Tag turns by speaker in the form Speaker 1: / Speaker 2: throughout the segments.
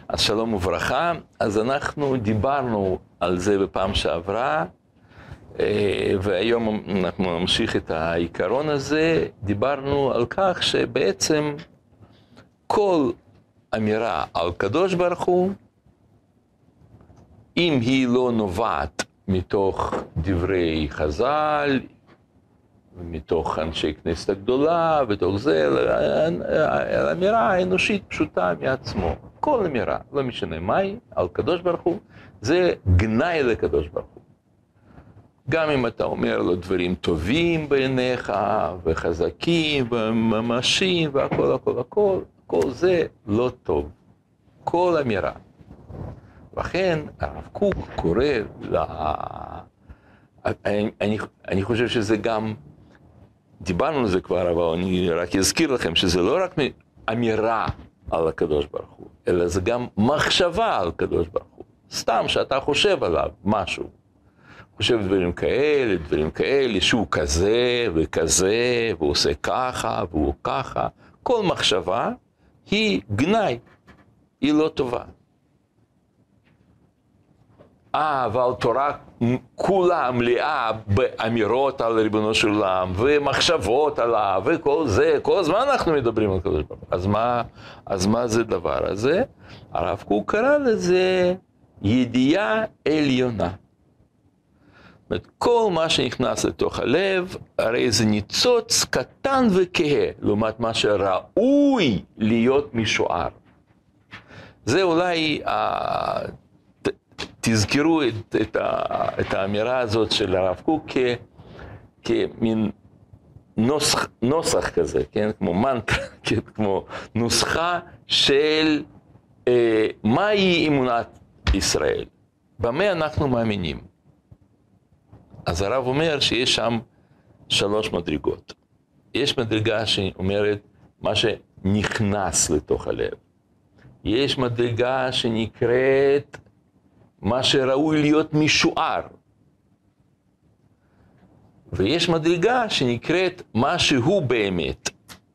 Speaker 1: אז שלום וברכה. אז אנחנו דיברנו על זה בפעם שעברה, והיום אנחנו נמשיך את העיקרון הזה. דיברנו על כך שבעצם כל אמירה על קדוש ברוך הוא, אם היא לא נובעת מתוך דברי חז"ל, מתוך אנשי כנסת הגדולה, ותוך זה, אלא אמירה האנושית פשוטה מעצמו. כל אמירה, לא משנה מהי, על קדוש ברוך הוא, זה גנאי לקדוש ברוך הוא. גם אם אתה אומר לו דברים טובים בעיניך, וחזקים, וממשיים, והכל, הכל, הכל, כל זה לא טוב. כל אמירה. לכן הרב קוק קורא אני חושב שזה גם, דיברנו על זה כבר, אבל אני רק אזכיר לכם שזה לא רק אמירה על הקדוש ברוך הוא, אלא זה גם מחשבה על הקדוש ברוך הוא. סתם שאתה חושב עליו משהו. חושב דברים כאלה, שהוא כזה וכזה, והוא עושה ככה והוא ככה. כל מחשבה היא גנאי, היא לא טובה. אבל תורה כולה מלאה באמירות על ריבונו של עולם, ומחשבות עליו, וכל זה, כל הזמן אנחנו מדברים על קדוש ברוך הוא. אז מה זה דבר הזה? הרב קוק קרא לזה ידיעה עליונה. זאת אומרת, כל מה שנכנס לתוך הלב, הרי זה ניצוץ קטן וכהה, לעומת מה שראוי להיות משוער. זה אולי תזכרו את האמירה הזאת של הרב קוק כמין נוסח כזה, כן? כמו מנטרה, כמו נוסחה של מהי אמונת ישראל, במה אנחנו מאמינים. אז הרב אומר שיש שם 3 מדרגות. יש מדרגה שאומרת מה שנכנס לתוך הלב. יש מדרגה שנקראת מה שראוי להיות משוער. ויש מדרגה שנקראת מה שהוא באמת.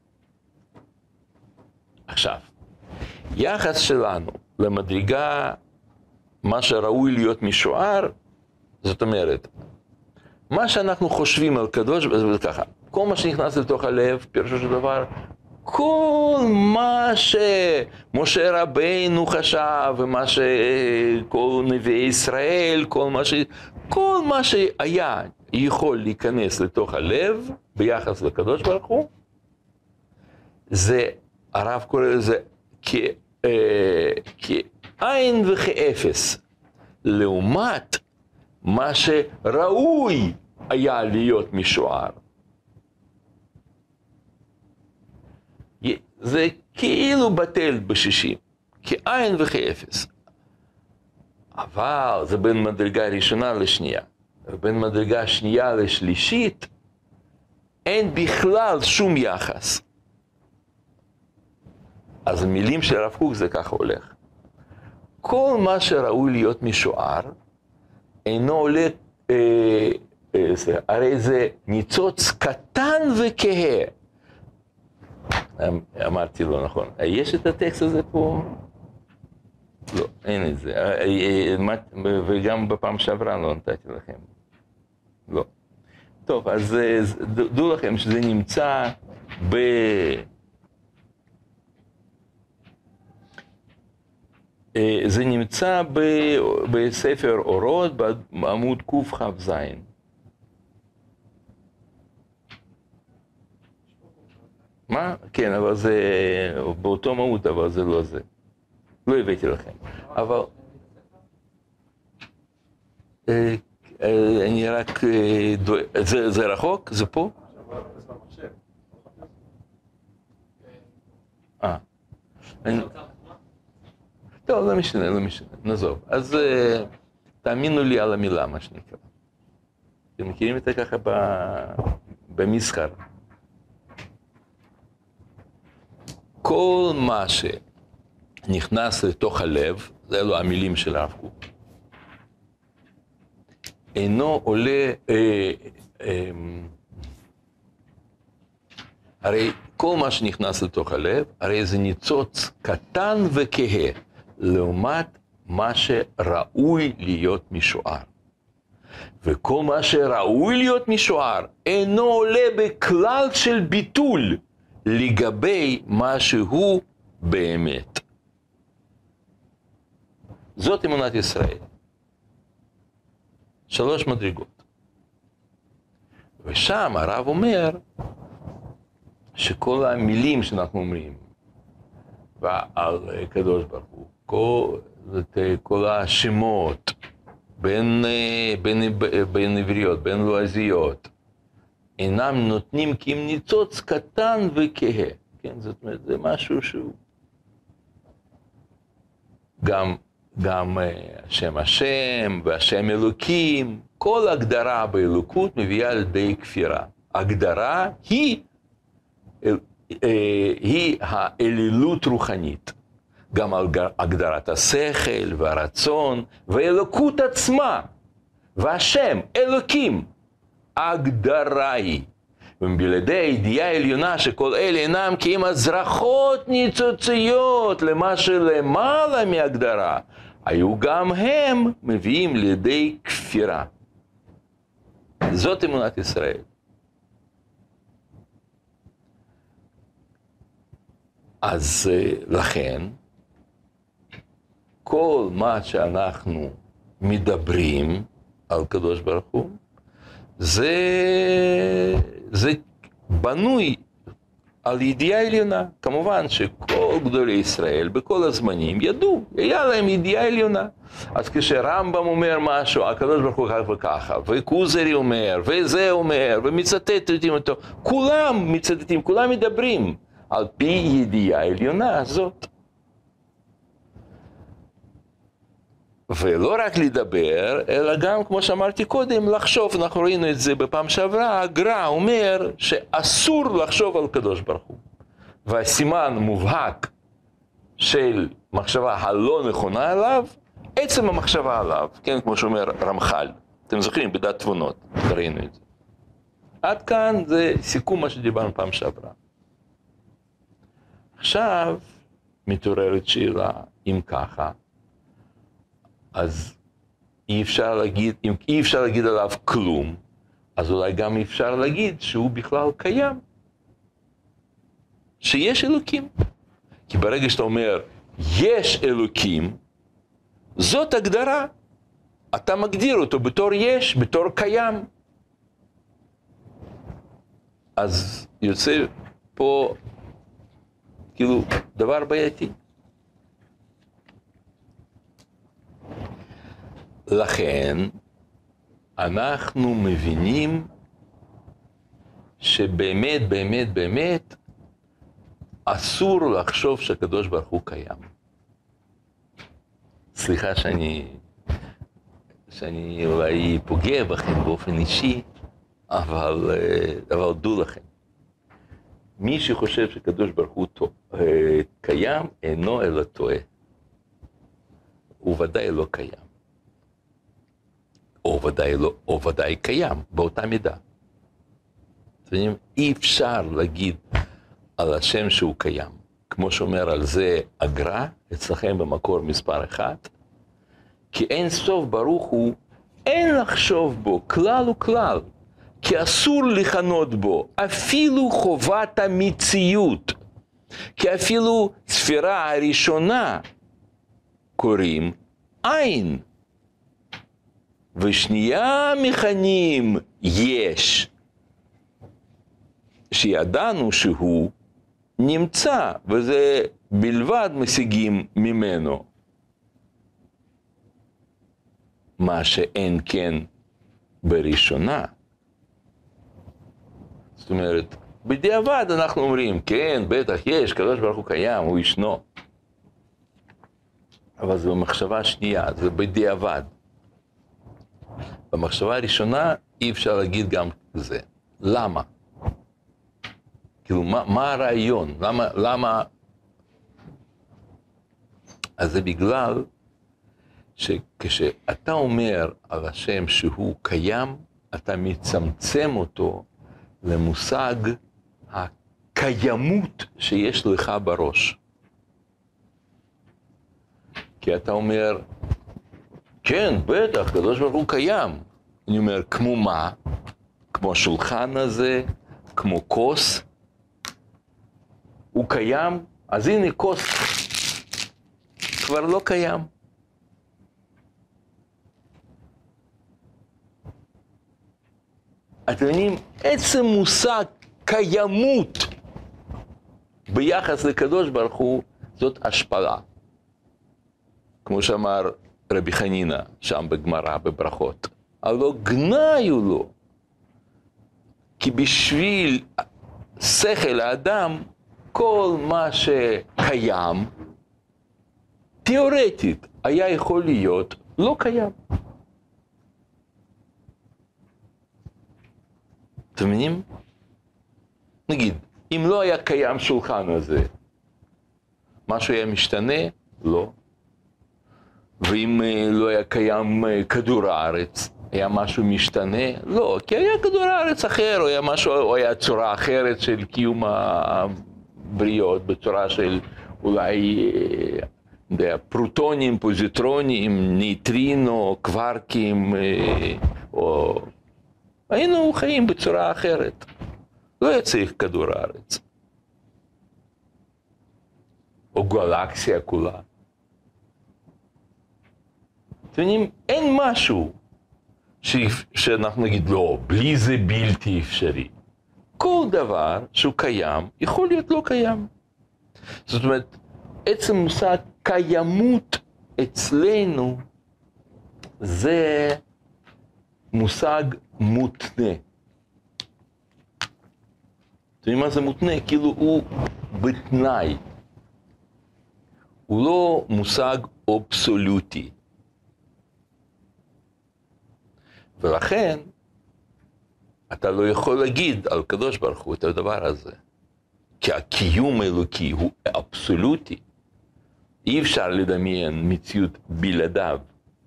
Speaker 1: עכשיו, יחס שלנו למדרגה מה שראוי להיות משוער, זאת אומרת, מה שאנחנו חושבים על קדוש, זה ככה, כל מה שנכנס לתוך הלב, פירושו של דבר, כל מה שמשה רבינו חשב, ומה שכל נביאי ישראל, כל מה שהיה יכול להיכנס לתוך הלב, ביחס לקדוש ברוך הוא, זה, הרב קורא לזה כעין וכאפס, לעומת מה שראוי היה להיות משוער. זה כאילו בטל ב-60, כעין וכאפס. אבל זה בין מדרגה ראשונה לשנייה. ובין מדרגה שנייה לשלישית, אין בכלל שום יחס. אז המילים של הרב קוק זה ככה הולך. כל מה שראוי להיות משוער, אינו עולה, הרי זה ניצוץ קטן וכהה. אמרתי לא נכון. יש את הטקסט הזה פה? לא, אין את זה. וגם בפעם שעברה לא נתתי לכם. לא. טוב, אז דעו לכם שזה נמצא זה נמצא בספר אורות בעמוד קכ"ז. מה? כן, אבל זה באותו מהות, אבל זה לא זה. לא הבאתי לכם. אבל אני רק, זה רחוק? זה פה? טוב, לא משנה, נעזוב. אז תאמינו לי על המילה, מה שנקרא. אתם מכירים את זה ככה במסחר. כל מה שנכנס לתוך הלב, זה אלו המילים של הרב קוק, אינו עולה, הרי כל מה שנכנס לתוך הלב, הרי זה ניצוץ קטן וכהה. לעומת מה שראוי להיות משוער. וכל מה שראוי להיות משוער אינו עולה בכלל של ביטול לגבי מה שהוא באמת. זאת אמונת ישראל. 3 מדרגות. ושם הרב אומר שכל המילים שאנחנו אומרים על קדוש ברוך הוא, כל השמות, בין עבריות, בין לועזיות, אינם נותנים כי אם ניצוץ קטן וכהה. כן, זאת אומרת, זה משהו שהוא גם השם השם והשם אלוקים, כל הגדרה באלוקות מביאה לידי כפירה. הגדרה היא האלילות רוחנית. גם הגדרת השכל והרצון והאלוקות עצמה, והשם, אלוקים, הגדרה היא. ובלעדי הידיעה העליונה שכל אלה אינם כי אם הזרחות ניצוציות למה שלמעלה מהגדרה, היו גם הם מביאים לידי כפירה. זאת אמונת ישראל. אז לכן, כל מה שאנחנו מדברים על קדוש ברוך הוא, זה בנוי על ידיעה עליונה. כמובן שכל גדולי ישראל בכל הזמנים ידעו, היה להם ידיעה עליונה. אז כשרמב"ם אומר משהו, הקדוש ברוך הוא כך וככה, וכוזרי אומר, וזה אומר, ומצטטים אותו, כולם מצטטים, כולם מדברים על פי ידיעה עליונה הזאת. ולא רק לדבר, אלא גם, כמו שאמרתי קודם, לחשוב. אנחנו ראינו את זה בפעם שעברה, הגר"א אומר שאסור לחשוב על קדוש ברוך הוא. והסימן מובהק של מחשבה הלא נכונה עליו, עצם המחשבה עליו, כן, כמו שאומר רמח"ל. אתם זוכרים, בדעת תבונות, ראינו את זה. עד כאן זה סיכום מה שדיברנו פעם שעברה. עכשיו מתעוררת שאלה, אם ככה, אז אי אפשר להגיד עליו כלום, אז אולי גם אי אפשר להגיד שהוא בכלל קיים. שיש אלוקים. כי ברגע שאתה אומר, יש אלוקים, זאת הגדרה. אתה מגדיר אותו בתור יש, בתור קיים. אז יוצא פה כאילו דבר בעייתי. לכן אנחנו מבינים שבאמת, באמת, באמת אסור לחשוב שהקדוש ברוך הוא קיים. סליחה שאני אולי פוגע בכם באופן אישי, אבל דעו לכם. מי שחושב שקדוש ברוך הוא קיים אינו אלא טועה. הוא ודאי לא קיים. או ודאי קיים, באותה מידה. אי אפשר להגיד על השם שהוא קיים. כמו שאומר על זה הגר"א, אצלכם במקור מספר 1, כי אין סוף ברוך הוא, אין לחשוב בו כלל וכלל, כי אסור לכנות בו, אפילו חובת המציאות, כי אפילו ספירה הראשונה קוראים עין. ושנייה מכנים יש, שידענו שהוא נמצא, וזה בלבד משיגים ממנו. מה שאין כן בראשונה. זאת אומרת, בדיעבד אנחנו אומרים, כן, בטח יש, קדוש ברוך הוא קיים, הוא ישנו. אבל זו מחשבה שנייה, זה בדיעבד. במחשבה הראשונה אי אפשר להגיד גם זה. למה? כאילו, מה הרעיון? למה? אז זה בגלל שכשאתה אומר על השם שהוא קיים, אתה מצמצם אותו למושג הקיימות שיש לך בראש. כי אתה אומר, כן, בטח, הקדוש ברוך הוא קיים. אני אומר, כמו מה? כמו השולחן הזה, כמו כוס. הוא קיים, אז הנה כוס כבר לא קיים. אתם יודעים, עצם מושג קיימות ביחס לקדוש ברוך הוא, זאת השפלה. כמו שאמר רבי חנינה שם בגמרא, בברכות. הלא גנאי הוא לא. כי בשביל שכל האדם, כל מה שקיים, תיאורטית, היה יכול להיות לא קיים. אתם מבינים? נגיד, אם לא היה קיים שולחן הזה, משהו היה משתנה? לא. ואם לא היה קיים כדור הארץ, היה משהו משתנה? לא, כי היה כדור הארץ אחר, או היה משהו, או היה צורה אחרת של קיום הבריות, בצורה של אולי פרוטונים, פוזיטרונים, ניטרינו, קווארקים, או... היינו חיים בצורה אחרת. לא היה צריך כדור הארץ. או גלקסיה כולה. אתם יודעים, אין משהו שאנחנו נגיד, לא, בלי זה בלתי אפשרי. כל דבר שהוא קיים, יכול להיות לא קיים. זאת אומרת, עצם מושג קיימות אצלנו, זה מושג מותנה. אתם יודעים מה זה מותנה? כאילו הוא בתנאי. הוא לא מושג אבסולוטי. ולכן, אתה לא יכול להגיד על קדוש ברוך הוא את הדבר הזה. כי הקיום האלוקי הוא אבסולוטי. אי אפשר לדמיין מציאות בלעדיו.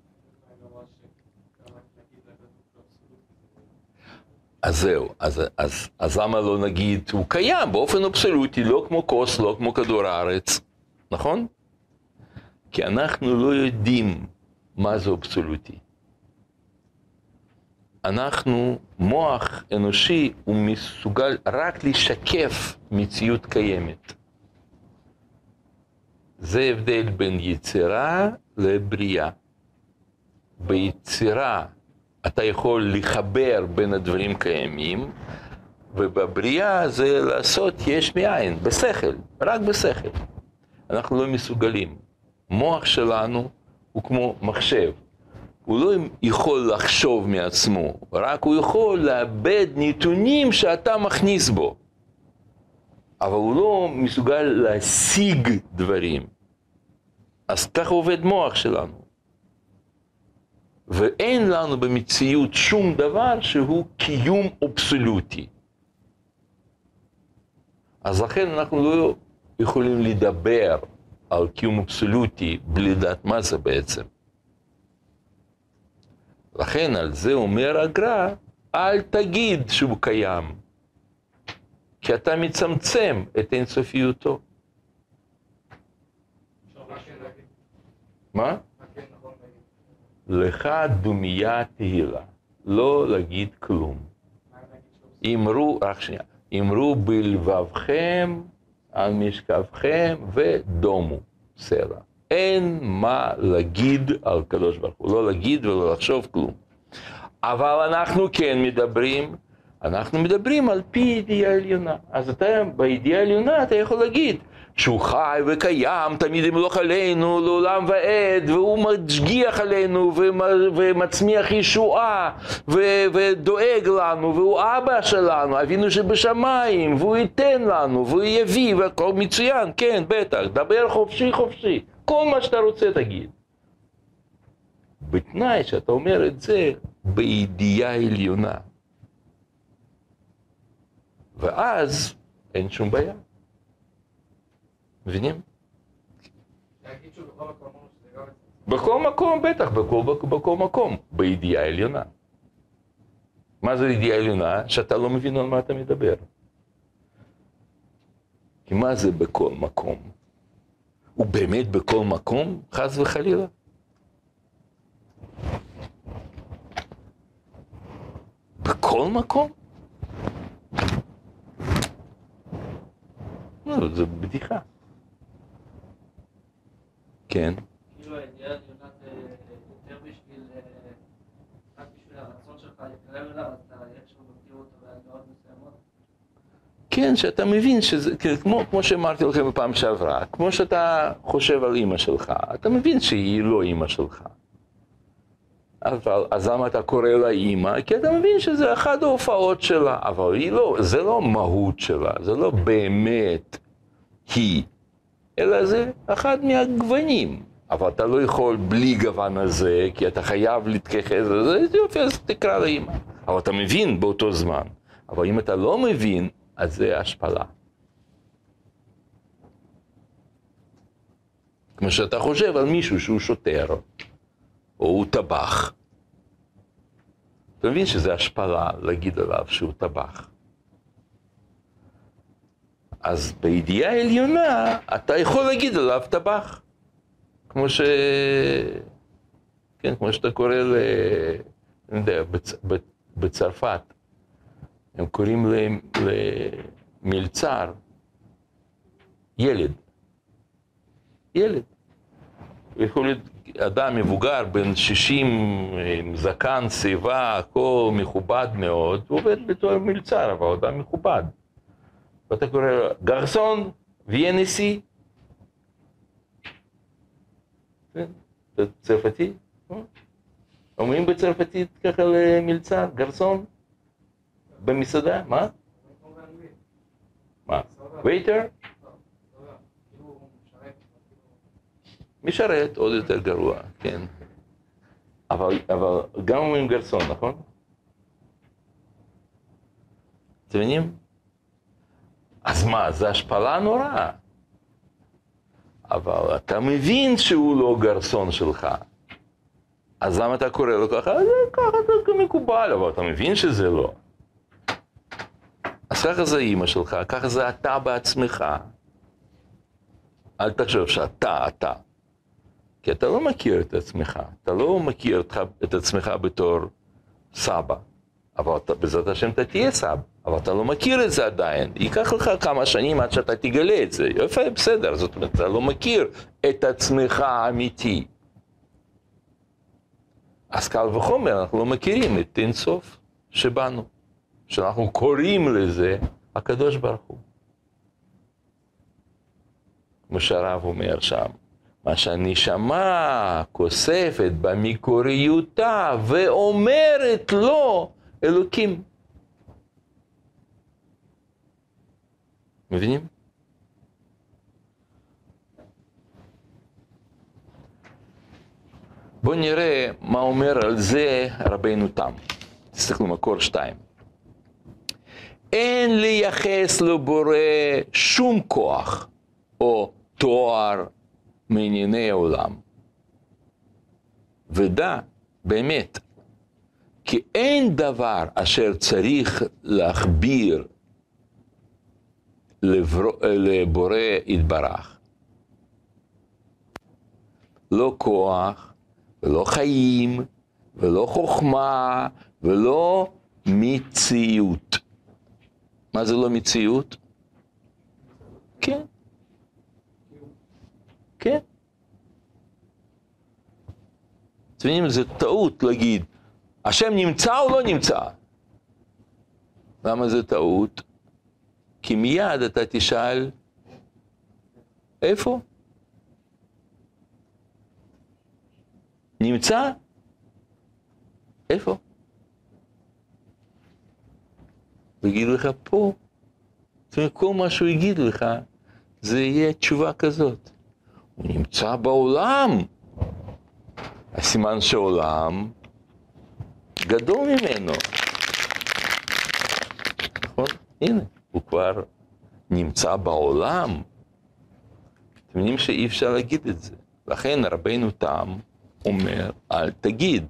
Speaker 1: אז זהו, אז למה לא נגיד, הוא קיים באופן אבסולוטי, לא כמו כוס, לא כמו כדור הארץ, נכון? כי אנחנו לא יודעים מה זה אבסולוטי. אנחנו, מוח אנושי, הוא מסוגל רק לשקף מציאות קיימת. זה הבדל בין יצירה לבריאה. ביצירה אתה יכול לחבר בין הדברים קיימים, ובבריאה זה לעשות יש מאין, בשכל, רק בשכל. אנחנו לא מסוגלים. מוח שלנו הוא כמו מחשב. הוא לא יכול לחשוב מעצמו, רק הוא יכול לאבד נתונים שאתה מכניס בו. אבל הוא לא מסוגל להשיג דברים. אז ככה עובד מוח שלנו. ואין לנו במציאות שום דבר שהוא קיום אבסולוטי. אז לכן אנחנו לא יכולים לדבר על קיום אבסולוטי בלי לדעת מה זה בעצם. לכן על זה אומר הגר"א, אל תגיד שהוא קיים, כי אתה מצמצם את אינסופיותו. מה? לך דומיה תהילה, לא להגיד כלום. אמרו, רק שנייה, אמרו בלבבכם על משכבכם ודומו סלע. אין מה להגיד על קדוש ברוך הוא, לא להגיד ולא לחשוב כלום. אבל אנחנו כן מדברים על פי ידיעה עליונה. אז אתה בידיעה עליונה אתה יכול להגיד שהוא חי וקיים, תמיד ימלוך עלינו לעולם ועד, והוא משגיח עלינו ומצמיח ישועה ודואג לנו, והוא אבא שלנו, אבינו שבשמיים, והוא ייתן לנו, והוא יביא, והכל מצוין, כן, בטח, דבר חופשי חופשי, כל מה שאתה רוצה תגיד. בתנאי שאתה אומר את זה בידיעה עליונה. ואז אין שום בעיה. מבינים? בכל מקום, בטח, בכל מקום, בידיעה עליונה. מה זה ידיעה עליונה? שאתה לא מבין על מה אתה מדבר. כי מה זה בכל מקום? הוא באמת בכל מקום, חס וחלילה? בכל מקום? לא, זו בדיחה. כן.
Speaker 2: כאילו הידיעה עליונה זה יותר בשביל הרצון שלך להתקרב אליו, אז אתה איכשהו מכיר אותו בהגדרות מסוימות.
Speaker 1: כן, שאתה מבין שזה, כמו שאמרתי לכם בפעם שעברה, כמו שאתה חושב על אמא שלך, אתה מבין שהיא לא אמא שלך. אבל, אז למה אתה קורא לה אמא? כי אתה מבין שזה אחת ההופעות שלה, אבל היא לא, זה לא מהות שלה, זה לא באמת היא, אלא זה אחד מהגוונים. אבל אתה לא יכול בלי גוון הזה, כי אתה חייב להתכחש לזה, אז יופי, אז תקרא לה אמא. אבל אתה מבין באותו זמן. אבל אם אתה לא מבין, אז זה השפלה. כמו שאתה חושב על מישהו שהוא שוטר, או הוא טבח. אתה מבין שזה השפלה להגיד עליו שהוא טבח. אז בידיעה העליונה אתה יכול להגיד עליו טבח. כמו כן, כמו שאתה קורא אני יודע, בצרפת, הם קוראים למלצר ילד. ילד. יכול להיות אדם מבוגר, בן 60, עם זקן, שיבה, הכל מכובד מאוד, הוא עובד בתור מלצר, אבל אדם מכובד. ואתה קורא לו, גרסון, ויאנסי. צרפתי? אומרים בצרפתית ככה למלצר, גרסון? במסעדה? מה? מה? וייטר? משרת, עוד יותר גרוע, כן. אבל גם אומרים גרסון, נכון? אתם מבינים? אז מה, זה השפלה נוראה. אבל אתה מבין שהוא לא גרסון שלך. אז למה אתה קורא לו ככה? ככה זה מקובל, אבל אתה מבין שזה לא. אז ככה זה אמא שלך, ככה זה אתה בעצמך. אל תחשוב שאתה. כי אתה לא מכיר את עצמך, אתה לא מכיר את עצמך בתור סבא. אבל בעזרת השם אתה תהיה סבא, אבל אתה לא מכיר את זה עדיין. ייקח לך כמה שנים עד שאתה תגלה את זה. יפה, בסדר, זאת אומרת, אתה לא מכיר את עצמך האמיתי. אז קל וחומר, אנחנו לא מכירים את אין סוף שבנו. שאנחנו קוראים לזה הקדוש ברוך הוא. כמו שהרב אומר שם, מה שהנשמה כוספת במקוריותה ואומרת לו אלוקים. מבינים? בואו נראה מה אומר על זה רבינו תם. תסתכלו מקור 2. אין לייחס לבורא שום כוח או תואר מענייני העולם. ודע, באמת, כי אין דבר אשר צריך להכביר לבורא יתברך. לא כוח, ולא חיים, ולא חוכמה, ולא מציאות. מה זה לא מציאות? כן. כן. אתם יודעים, זה טעות להגיד, השם נמצא או לא נמצא? למה זה טעות? כי מיד אתה תשאל, איפה? נמצא? איפה? הוא יגיד לך פה. זאת אומרת, כל מה שהוא יגיד לך, זה יהיה תשובה כזאת. הוא נמצא בעולם. הסימן שעולם גדול ממנו. נכון? הנה, הוא כבר נמצא בעולם. אתם יודעים שאי אפשר להגיד את זה. לכן רבינו תם אומר, אל תגיד.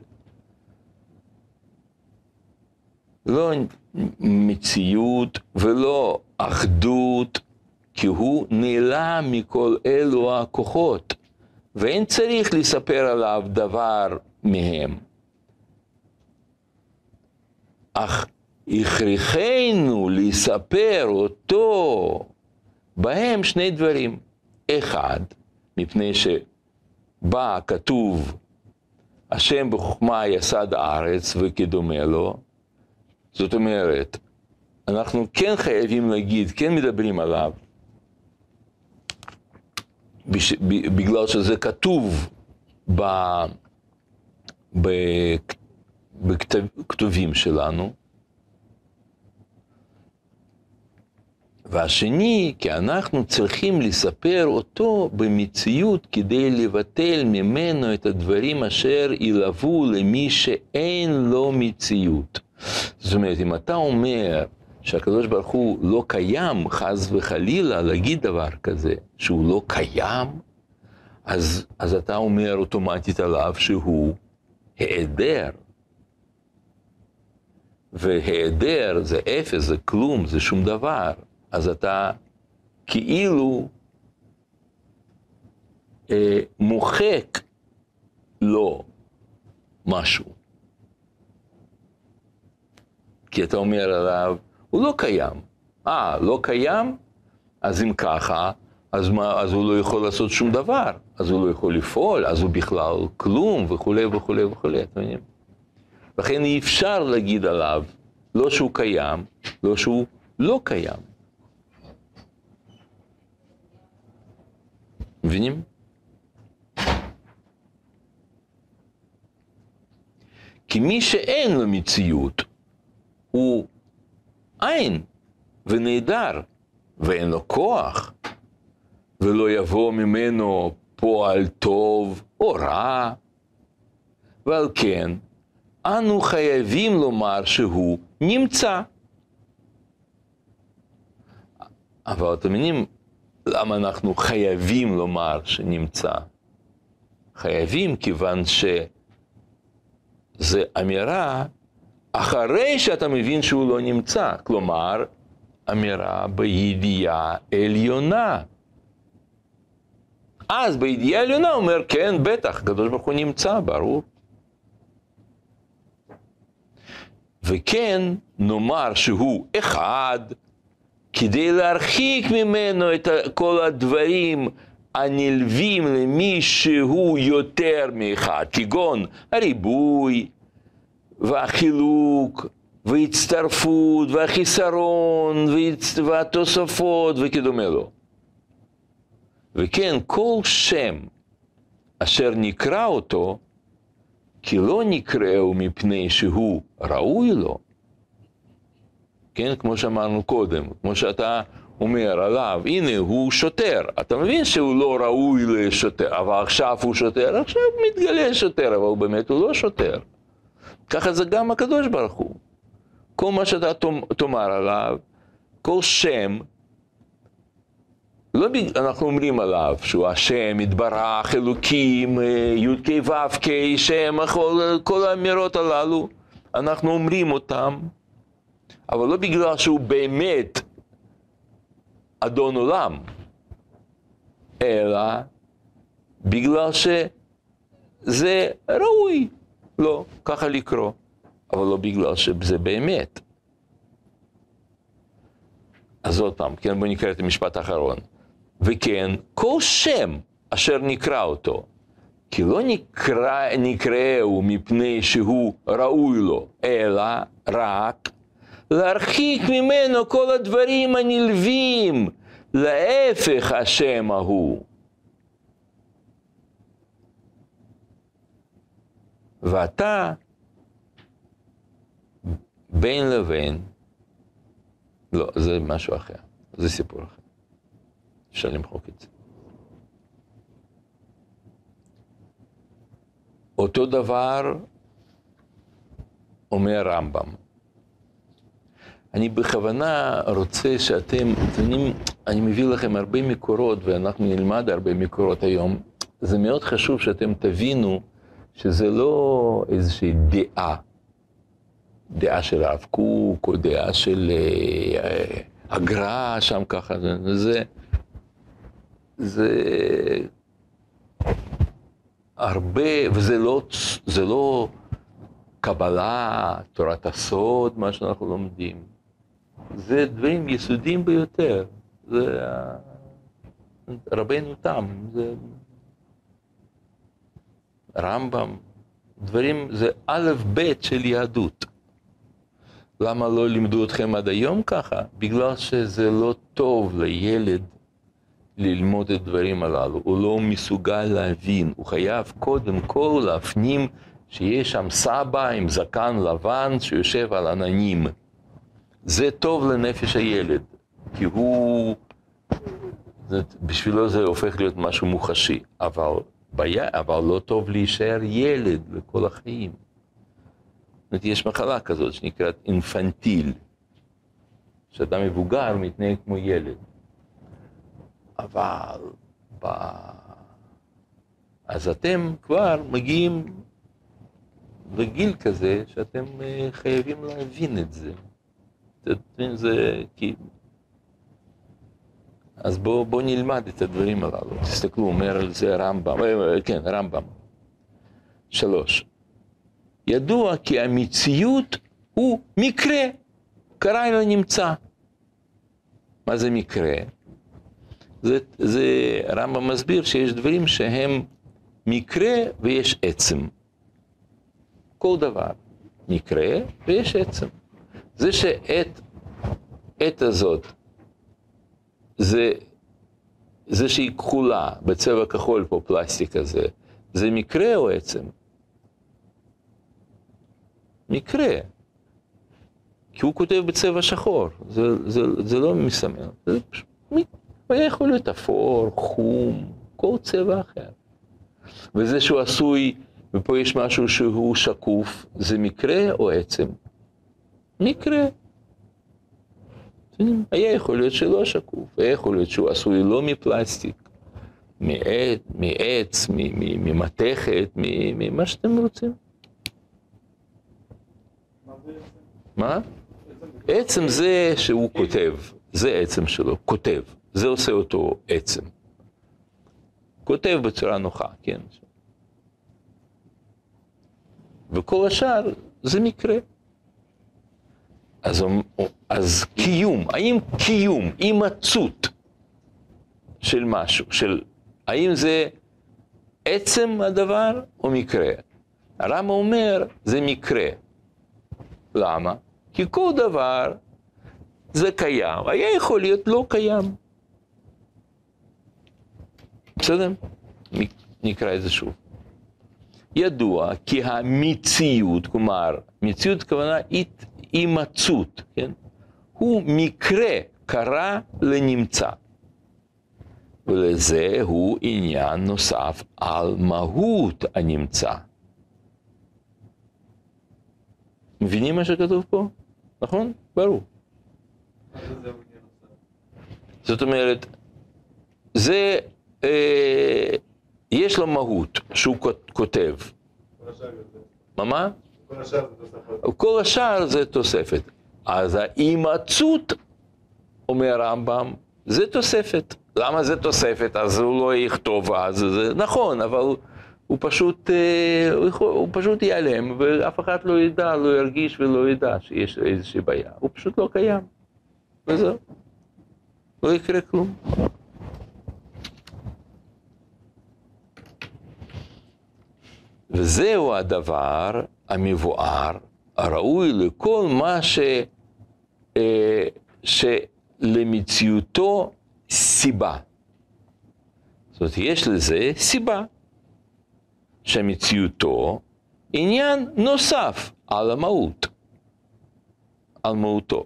Speaker 1: לא מציאות ולא אחדות, כי הוא נעלם מכל אלו הכוחות, ואין צריך לספר עליו דבר מהם. אך הכרחנו לספר אותו בהם שני דברים. אחד, מפני שבא כתוב, השם בחוכמה יסד הארץ וכדומה לו, זאת אומרת, אנחנו כן חייבים להגיד, כן מדברים עליו, בגלל שזה כתוב בכתובים שלנו. והשני, כי אנחנו צריכים לספר אותו במציאות כדי לבטל ממנו את הדברים אשר ילוו למי שאין לו מציאות. זאת אומרת, אם אתה אומר שהקדוש ברוך הוא לא קיים, חס וחלילה, להגיד דבר כזה, שהוא לא קיים, אז אתה אומר אוטומטית עליו שהוא היעדר. והיעדר זה אפס, זה כלום, זה שום דבר. אז אתה כאילו מוחק לו משהו. כי אתה אומר עליו, הוא לא קיים. לא קיים? אז אם ככה, אז הוא לא יכול לעשות שום דבר. אז הוא לא יכול לפעול, אז הוא בכלל כלום וכו' וכו' וכו'. לכן אי אפשר להגיד עליו, לא שהוא קיים, לא שהוא לא קיים. מבינים? כי מי שאין לו מציאות, הוא אין ונהדר, ואין לו כוח, ולא יבוא ממנו פועל טוב או רע, ועל כן, אנו חייבים לומר שהוא נמצא. אבל אתם מבינים למה אנחנו חייבים לומר שנמצא? חייבים כיוון שזה אמירה אחרי שאתה מבין שהוא לא נמצא. כלומר, אמירה בידיעה עליונה. אז בידיעה עליונה אומר, כן, בטח, הקדוש ברוך הוא נמצא, ברור. וכן, נאמר שהוא אחד, כדי להרחיק ממנו את כל הדברים הנלווים למי שהוא יותר מאחד, כגון הריבוי והחילוק והצטרפות והחיסרון והתוספות וכדומה לו. וכן, כל שם אשר נקרא אותו, כי לא נקראו מפני שהוא ראוי לו. כן, כמו שאמרנו קודם, כמו שאתה אומר עליו, הנה הוא שוטר. אתה מבין שהוא לא ראוי לשוטר, אבל עכשיו הוא שוטר, עכשיו מתגלה שוטר, אבל באמת הוא לא שוטר. ככה זה גם הקדוש ברוך הוא. כל מה שאתה תאמר עליו, כל שם, לא אנחנו אומרים עליו שהוא השם, יתברך, אלוקים, י' כ' ו' כ', שם, כל האמירות הללו, אנחנו אומרים אותם, אבל לא בגלל שהוא באמת אדון עולם, אלא בגלל שזה ראוי, לא, ככה לקרוא, אבל לא בגלל שזה באמת. אז עוד פעם, כן, בוא נקרא את המשפט האחרון. וכן, כל שם אשר נקרא אותו, כי לא נקראו מפני שהוא ראוי לו, אלא רק להרחיק ממנו כל הדברים הנלווים להפך השם ההוא. ואתה בין לבין, לא, זה משהו אחר, זה סיפור אחר. אפשר למחוק את זה. אותו דבר אומר רמב"ם. אני בכוונה רוצה שאתם, אני מביא לכם הרבה מקורות, ואנחנו נלמד הרבה מקורות היום. זה מאוד חשוב שאתם תבינו שזה לא איזושהי דעה של הרב קוק, או דעה של הגר"א שם ככה, זה הרבה, וזה לא קבלה, תורת הסוד, מה שאנחנו לומדים. זה דברים יסודיים ביותר. זה רבנו תם, זה רמב"ם, דברים, זה א' ב' של יהדות. למה לא לימדו אתכם עד היום ככה? בגלל שזה לא טוב לילד ללמוד את הדברים הללו. הוא לא מסוגל להבין, הוא חייב קודם כל להפנים שיש שם סבא עם זקן לבן שיושב על עננים. זה טוב לנפש הילד, כי הוא, בשבילו זה הופך להיות משהו מוחשי, אבל לא טוב להישאר ילד לכל החיים. זאת אומרת, יש מחלה כזאת שנקראת אינפנטיל, שאדם מבוגר מתנהג כמו ילד. אבל אז אתם כבר מגיעים לגיל כזה שאתם חייבים להבין את זה. זה כי... אז בואו נלמד את הדברים הללו. תסתכלו, אומר על זה רמב"ם, כן, רמב"ם. 3. ידוע כי המציאות הוא מקרה, קרא לא נמצא. מה זה מקרה? זה רמב"ם מסביר שיש דברים שהם מקרה ויש עצם. כל דבר מקרה ויש עצם. זה שעת הזאת, זה שהיא כחולה בצבע כחול פה פלסטיק הזה, זה מקרה או עצם? מקרה. כי הוא כותב בצבע שחור, זה לא מסמל. זה פשוט, הוא יכול להיות אפור, חום, כל צבע אחר. וזה שהוא עשוי, ופה יש משהו שהוא שקוף, זה מקרה או עצם? מקרה. היה יכול להיות שלא שקוף, היה יכול להיות שהוא עשוי לא מפלסטיק, מעץ, ממתכת, ממה שאתם רוצים. מה? עצם זה שהוא כותב, זה עצם שלו, כותב, זה עושה אותו עצם. כותב בצורה נוחה, כן. וכל השאר זה מקרה. אז קיום, האם קיום, הימצאות של משהו, האם זה עצם הדבר או מקרה? הרמב"ם אומר, זה מקרה. למה? כי כל דבר זה קיים, היה יכול להיות לא קיים. בסדר? נקרא את זה שוב. ידוע כי המציאות, כלומר, מציאות כוונה הימצאות, כן? הוא מקרה קרה לנמצא. ולזה הוא עניין נוסף על מהות הנמצא. מבינים מה שכתוב פה? נכון? ברור. זאת אומרת, זה, יש לו מהות שהוא כותב. מה? כל השאר זה תוספת. אז ההימצאות, אומר הרמב"ם, זה תוספת. למה זה תוספת? אז הוא לא יכתוב אז, זה נכון, אבל הוא פשוט ייעלם, ואף אחד לא ידע, לא ירגיש ולא ידע שיש איזושהי בעיה. הוא פשוט לא קיים. וזהו. לא יקרה כלום. וזהו הדבר המבואר, הראוי לכל מה שלמציאותו סיבה. זאת אומרת, יש לזה סיבה, שמציאותו עניין נוסף על המהות, על מהותו.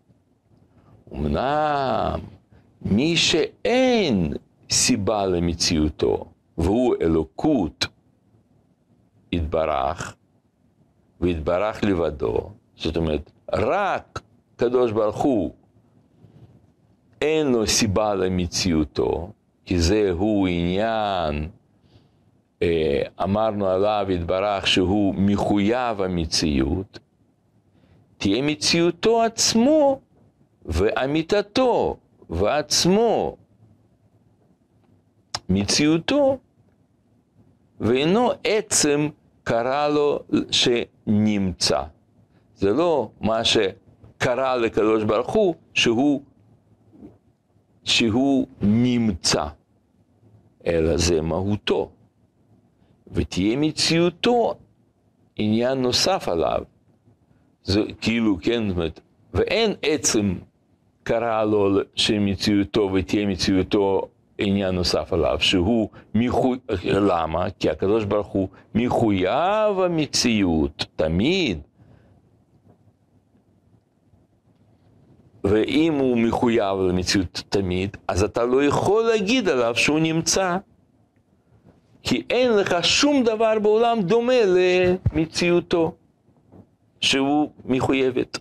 Speaker 1: אמנם מי שאין סיבה למציאותו, והוא אלוקות, יתברך, ויתברך לבדו, זאת אומרת, רק קדוש ברוך הוא אין לו סיבה למציאותו, כי זהו עניין, אמרנו עליו יתברך שהוא מחויב המציאות, תהיה מציאותו עצמו ואמיתתו ועצמו מציאותו, ואינו עצם קרא לו שנמצא. זה לא מה שקרא לקדוש ברוך הוא שהוא נמצא, אלא זה מהותו. ותהיה מציאותו עניין נוסף עליו. זה כאילו, כן, זאת אומרת, ואין עצם קרא לו שמציאותו ותהיה מציאותו עניין נוסף עליו, שהוא למה? כי הקדוש ברוך הוא מחויב המציאות, תמיד. ואם הוא מחויב למציאות תמיד, אז אתה לא יכול להגיד עליו שהוא נמצא. כי אין לך שום דבר בעולם דומה למציאותו, שהוא מחויבת.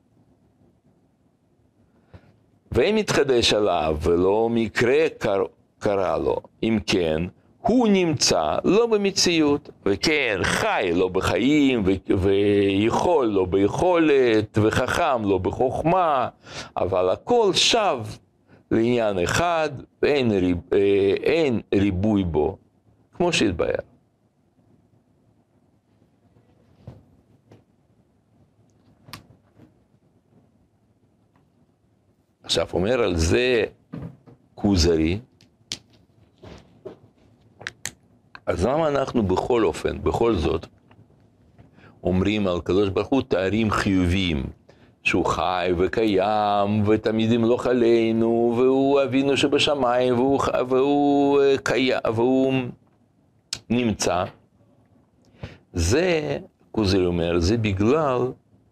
Speaker 1: ואם מתחדש עליו ולא מקרה קרה לו, אם כן, הוא נמצא לא במציאות, וכן חי לא בחיים, ויכול לא ביכולת, וחכם לא בחוכמה, אבל הכל שב לעניין אחד, ואין ריבוי בו, כמו שהתבהר. עכשיו אומר על זה כוזרי, אז למה אנחנו בכל אופן, בכל זאת, אומרים על קדוש ברוך הוא תארים חיוביים, שהוא חי וקיים ותמיד ימלוך עלינו, והוא אבינו שבשמיים, והוא נמצא. זה, כוזרי אומר, זה בגלל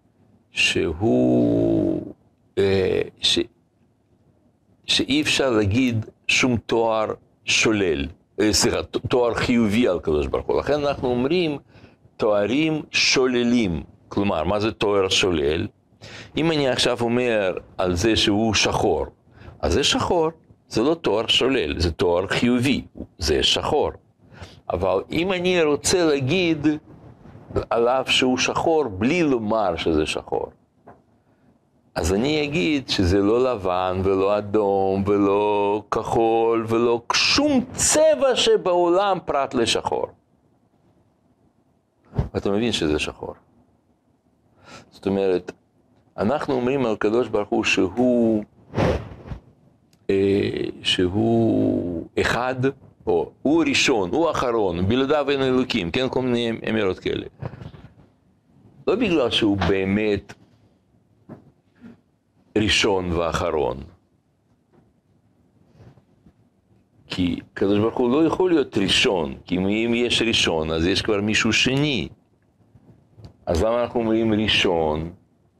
Speaker 1: שאי אפשר להגיד שום תואר שולל, תואר חיובי על קדוש ברוך הוא. לכן אנחנו אומרים תוארים שוללים. כלומר, מה זה תואר שולל? אם אני עכשיו אומר על זה שהוא שחור, אז זה שחור, זה לא תואר שולל, זה תואר חיובי, זה שחור. אבל אם אני רוצה להגיד עליו שהוא שחור בלי לומר שזה שחור, אז אני אגיד שזה לא לבן ולא אדום ולא כחול ולא שום צבע שבעולם פרט לשחור. ואתה מבין שזה שחור. זאת אומרת, אנחנו אומרים על קדוש ברוך הוא שהוא אחד, או הוא ראשון, הוא אחרון, בלעדיו אין אלוקים, כן, כל מיני אמירות כאלה. לא בגלל שהוא באמת ראשון ואחרון. כי קדוש ברוך הוא לא יכול להיות ראשון, כי אם יש ראשון, אז יש כבר מישהו שני. אז למה אנחנו אומרים ראשון?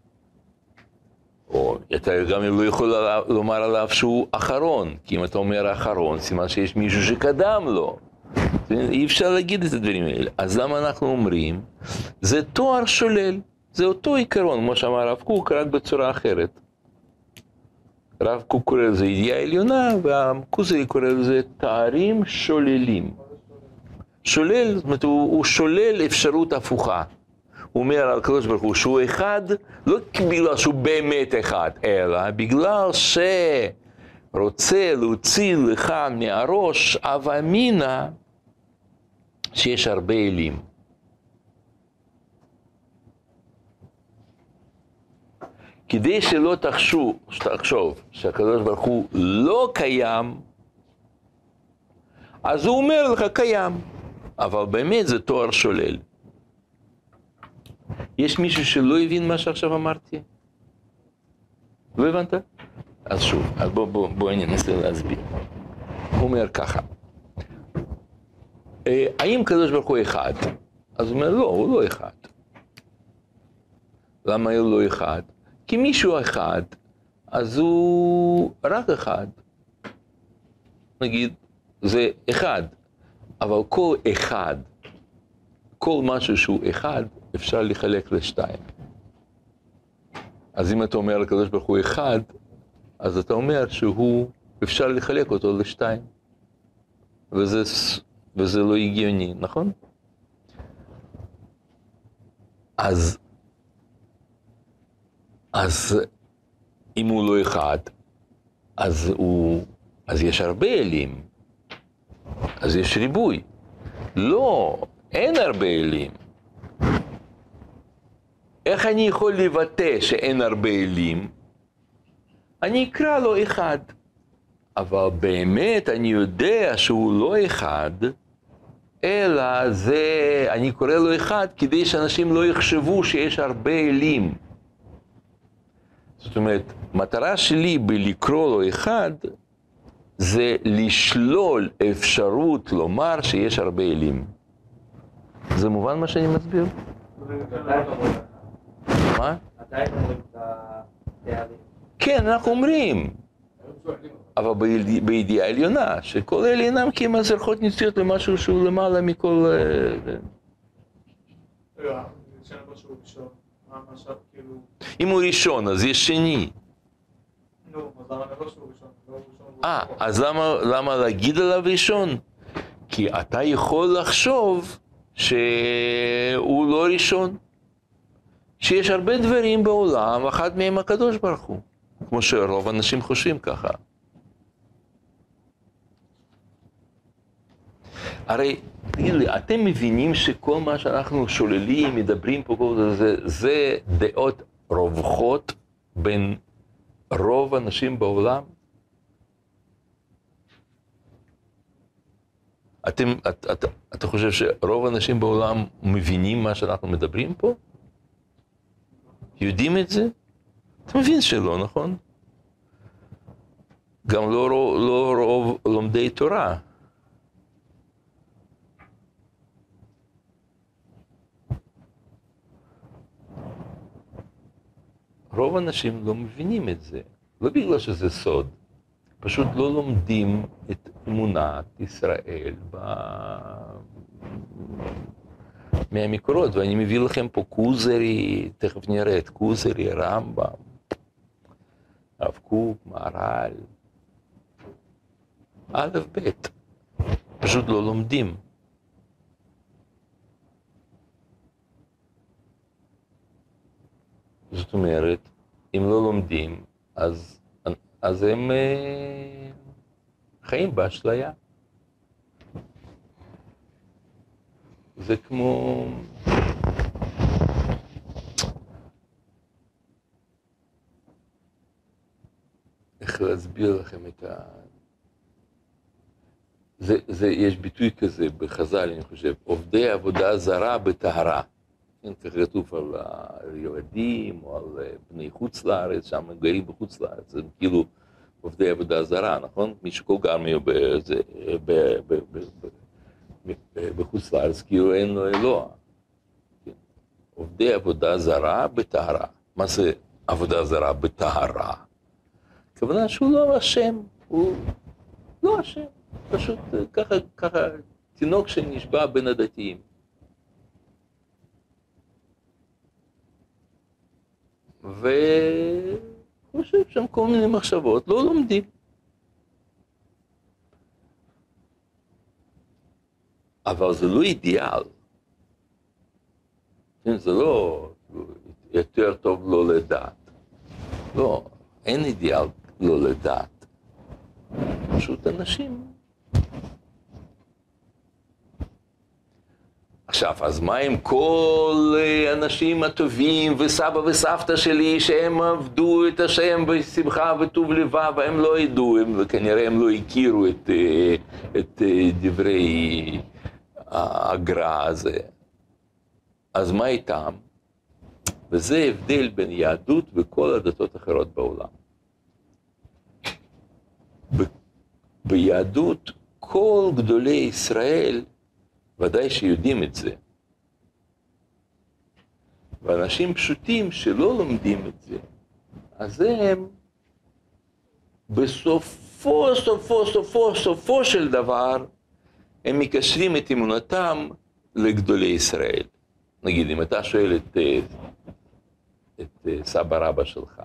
Speaker 1: או אתה גם לא יכול לומר עליו שהוא אחרון, כי אם אתה אומר אחרון, סימן שיש מישהו שקדם לו. אי אפשר להגיד את הדברים האלה. אז למה אנחנו אומרים? זה תואר שולל, זה אותו עיקרון, כמו שאמר הרב קוק, רק בצורה אחרת. הרב קוק קורא לזה ידיעה עליונה, והכוזרי קורא לזה תארים שוללים. שולל, זאת אומרת, הוא שולל אפשרות הפוכה. הוא אומר על הקדוש ברוך הוא שהוא אחד, לא בגלל שהוא באמת אחד, אלא בגלל שרוצה להוציא לך מהראש הווה אמינא שיש הרבה אלים. כדי שלא תחשוב שהקדוש ברוך הוא לא קיים, אז הוא אומר לך קיים, אבל באמת זה תואר שולל. יש מישהו שלא הבין מה שעכשיו אמרתי? לא הבנת? אז שוב, אז בוא אני אנסה להסביר. הוא אומר ככה, האם קדוש ברוך הוא אחד? אז הוא אומר לא, הוא לא אחד. למה הוא לא אחד? כי מישהו אחד, אז הוא רק אחד. נגיד, זה אחד, אבל כל אחד, כל משהו שהוא אחד, אפשר לחלק לשתיים. אז אם אתה אומר לקדוש ברוך הוא אחד, אז אתה אומר שהוא, אפשר לחלק אותו לשתיים. וזה לא הגיוני, נכון? אז אם הוא לא אחד, אז יש הרבה אלים. אז יש ריבוי. לא, אין הרבה אלים. איך אני יכול לבטא שאין הרבה אלים? אני אקרא לו אחד. אבל באמת אני יודע שהוא לא אחד, אלא זה, אני קורא לו אחד כדי שאנשים לא יחשבו שיש הרבה אלים. זאת אומרת, מטרה שלי בלקרוא לו אחד, זה לשלול אפשרות לומר שיש הרבה אלים. זה מובן מה שאני מסביר? מה?
Speaker 2: עדיין אומרים את התארים.
Speaker 1: כן, אנחנו אומרים. אבל בידיעה עליונה, שכל אלה אינם כי הם הזרחות ניציות למשהו שהוא למעלה מכל... אם הוא ראשון, אז יש שני.
Speaker 2: נו, אז למה לא שהוא ראשון?
Speaker 1: אז למה להגיד עליו ראשון? כי אתה יכול לחשוב שהוא לא ראשון. שיש הרבה דברים בעולם, אחד מהם הקדוש ברוך הוא. כמו שרוב האנשים חושבים ככה. הרי, תגידו לי, אתם מבינים שכל מה שאנחנו שוללים, מדברים פה, זה דעות רווחות בין רוב האנשים בעולם? אתה חושב שרוב האנשים בעולם מבינים מה שאנחנו מדברים פה? יודעים את זה? אתה מבין שלא, נכון? גם לא רוב לומדי תורה. רוב האנשים לא מבינים את זה. לא בגלל שזה סוד. פשוט לא לומדים את אמונת ישראל מהמקורות. ואני מביא לכם פה כוזרי, תכף נראה את כוזרי, רמב"ם, הרב קוק, מהר"ל, א' ב', פשוט לא לומדים. זאת אומרת, אם לא לומדים, אז הם חיים באשליה. זה כמו... איך להסביר לכם את ה... יש ביטוי כזה בחז"ל, אני חושב, עובדי עבודה זרה בטהרה. כן, כך כתוב על ילדים או על בני חוץ לארץ, שם הם גרים בחוץ לארץ, הם כאילו עובדי עבודה זרה, נכון? מי שכל גר בחוץ לארץ, כאילו אין לו אלוה. כן. עובדי עבודה זרה בטהרה. מה זה עבודה זרה בטהרה? הכוונה שהוא לא אשם, הוא לא אשם, פשוט ככה תינוק שנשבע בין הדתיים. וחושב שם כל מיני מחשבות, לא לומדים. אבל זה לא אידיאל. זה לא יותר טוב לא לדעת. לא, אין אידיאל לא לדעת. פשוט אנשים. עכשיו, אז מה עם כל האנשים הטובים וסבא וסבתא שלי שהם עבדו את השם בשמחה וטוב לבב, והם לא ידעו, וכנראה הם לא הכירו את דברי הגר"א הזה. אז מה איתם? וזה הבדל בין יהדות וכל הדתות האחרות בעולם. ביהדות כל גדולי ישראל ודאי שיודעים את זה. ואנשים פשוטים שלא לומדים את זה, אז הם בסופו של דבר, הם מקשרים את אמונתם לגדולי ישראל. נגיד, אם אתה שואל את סבא רבא שלך,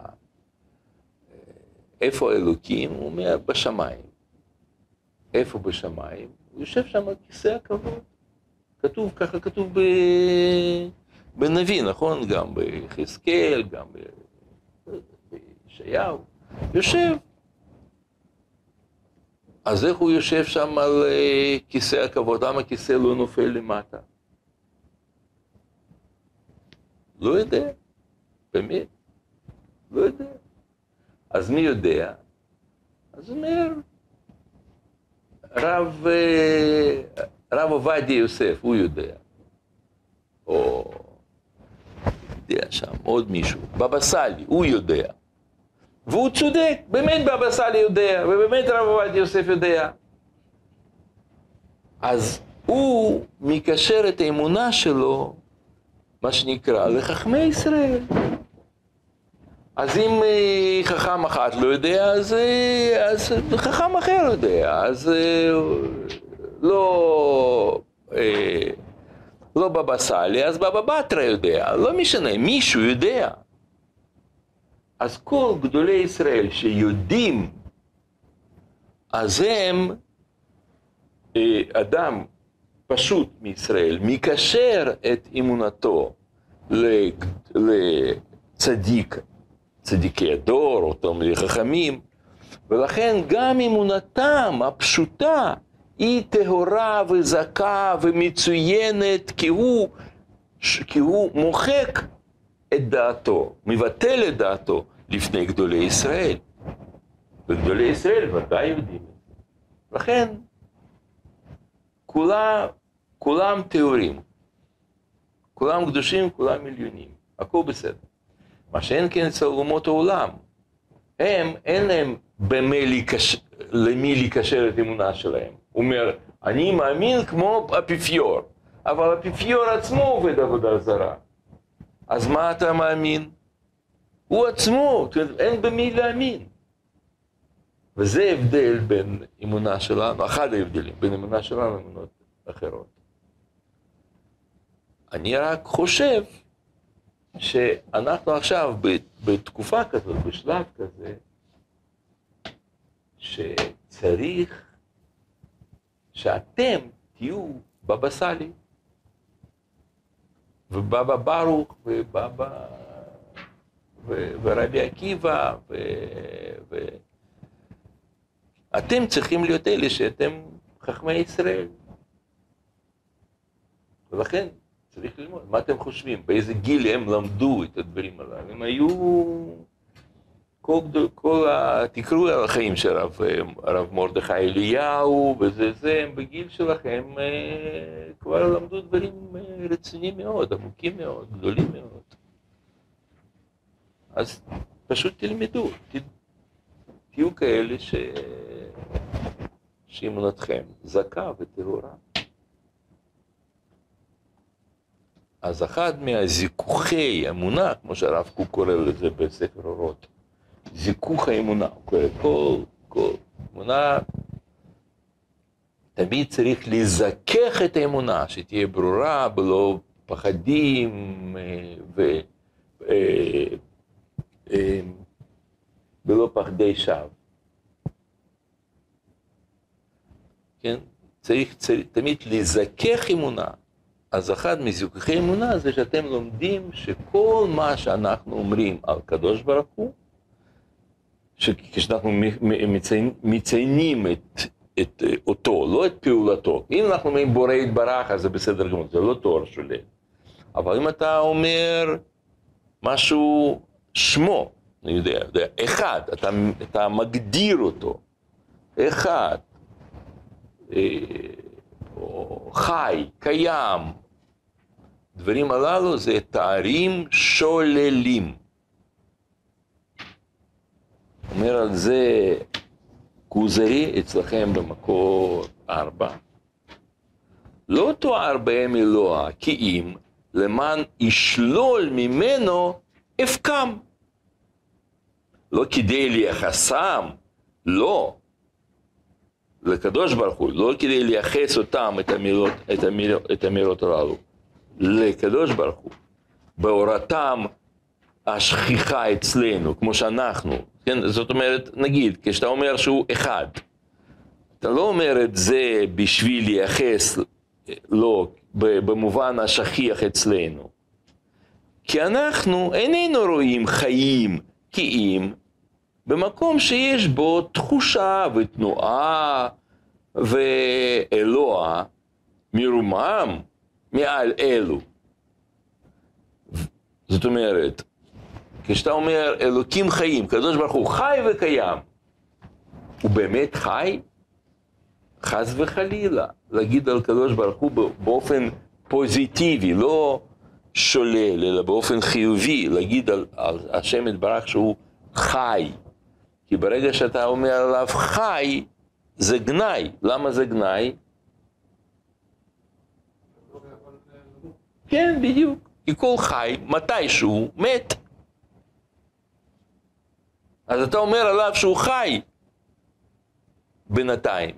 Speaker 1: איפה אלוקים? הוא אומר, בשמיים. איפה בשמיים? הוא יושב שם על כיסא הכבוד. כתוב, ככה כתוב בנביא, נכון? גם ביחזקאל, גם בישעיהו. יושב. אז איך הוא יושב שם על כיסא הכבוד? למה הכיסא לא נופל למטה? לא יודע, באמת, לא יודע. אז מי יודע? אז אומר, רב עובדיה יוסף, הוא יודע. או יודע שם, עוד מישהו, בבא סאלי, הוא יודע. והוא צודק, באמת בבא סאלי יודע, ובאמת רב עובדיה יוסף יודע. אז הוא מקשר את האמונה שלו, מה שנקרא, לחכמי ישראל. אז אם חכם אחת לא יודע, אז חכם אחר יודע, אז לא בבא סאלי, אז בבא בתרא יודע, לא משנה, מישהו יודע. אז כל גדולי ישראל שיודעים, אז הם, אדם פשוט מישראל, מקשר את אמונתו לצדיק, צדיקי הדור, אותם לחכמים, ולכן גם אמונתם הפשוטה היא טהורה וזכה ומצוינת, כי הוא מוחק את דעתו, מבטל את דעתו לפני גדולי ישראל. וגדולי ישראל ודאי יודעים. לכן, כולם טהורים, כולם קדושים, כולם עליונים, הכל בסדר. מה שאין כן אצל אומות העולם, אין להם למי לקשר את האמונה שלהם. הוא אומר, אני מאמין כמו אפיפיור, אבל האפיפיור עצמו עובד עבודה זרה. אז מה אתה מאמין? הוא עצמו, אין במי להאמין. וזה הבדל בין אמונה שלנו, אחד ההבדלים, בין אמונה שלנו לאמונות אחרות. אני רק חושב שאנחנו עכשיו בתקופה כזאת, בשלב כזה, שצריך שאתם תהיו בבא סאלי, ובבא ברוך, ורבי עקיבא, אתם צריכים להיות אלה שאתם חכמי ישראל. ולכן צריך ללמוד. מה אתם חושבים? באיזה גיל הם למדו את הדברים הללו? הם היו... תקראו על החיים של הרב מרדכי אליהו, וזה, הם בגיל שלכם כבר למדו דברים רציניים מאוד, עמוקים מאוד, גדולים מאוד. אז פשוט תלמדו, תהיו כאלה שאמונתכם זכה וטהורה. אז אחד מהזיכוכי אמונה, כמו שהרב קוק קורא לזה בספר אורות, זיכוך האמונה, הוא קורא כל אמונה, תמיד צריך לזכך את האמונה, שתהיה ברורה, בלא פחדים בלא פחדי שווא. כן? צריך תמיד לזכך אמונה. אז אחד מזיכוכי אמונה זה שאתם לומדים שכל מה שאנחנו אומרים על קדוש ברוך הוא, כשאנחנו מציינים את אותו, לא את פעולתו. אם אנחנו אומרים בורא יתברך, אז זה בסדר גמור, זה לא תואר שולל. אבל אם אתה אומר משהו שמו, אני יודע, אחד, אתה מגדיר אותו, אחד, או חי, קיים, דברים הללו זה תארים שוללים. אומר על זה כוזרי אצלכם במקור 4. לא תואר בהם אלוה כי אם למען ישלול ממנו הפקם. לא כדי לייחסם, לא. לקדוש ברוך הוא, לא כדי לייחס אותם את המילות הללו. לקדוש ברוך הוא. באורתם השכיחה אצלנו, כמו שאנחנו. כן? זאת אומרת, נגיד, כשאתה אומר שהוא אחד, אתה לא אומר את זה בשביל לייחס לו במובן השכיח במקום שיש בו תחושה ותנועה ואלוה מרומם מעל אלו. זאת אומרת, כשאתה אומר אלוקים חיים, קדוש ברוך הוא חי וקיים, הוא באמת חי? חס וחלילה, להגיד על קדוש ברוך הוא באופן פוזיטיבי, לא שולל, אלא באופן חיובי, להגיד על השם יתברך שהוא חי. כי ברגע שאתה אומר עליו חי, זה גנאי. למה זה גנאי? כן, בדיוק. כי כל חי, מתישהו, מת. אז אתה אומר עליו שהוא חי בינתיים.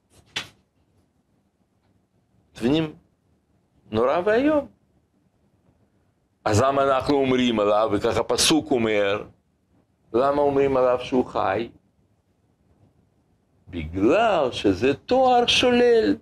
Speaker 1: תבינים? נורא והיום. אז למה אנחנו אומרים עליו, וככה פסוק אומר, למה אומרים עליו שהוא חי? בגלל שזה תואר שולל.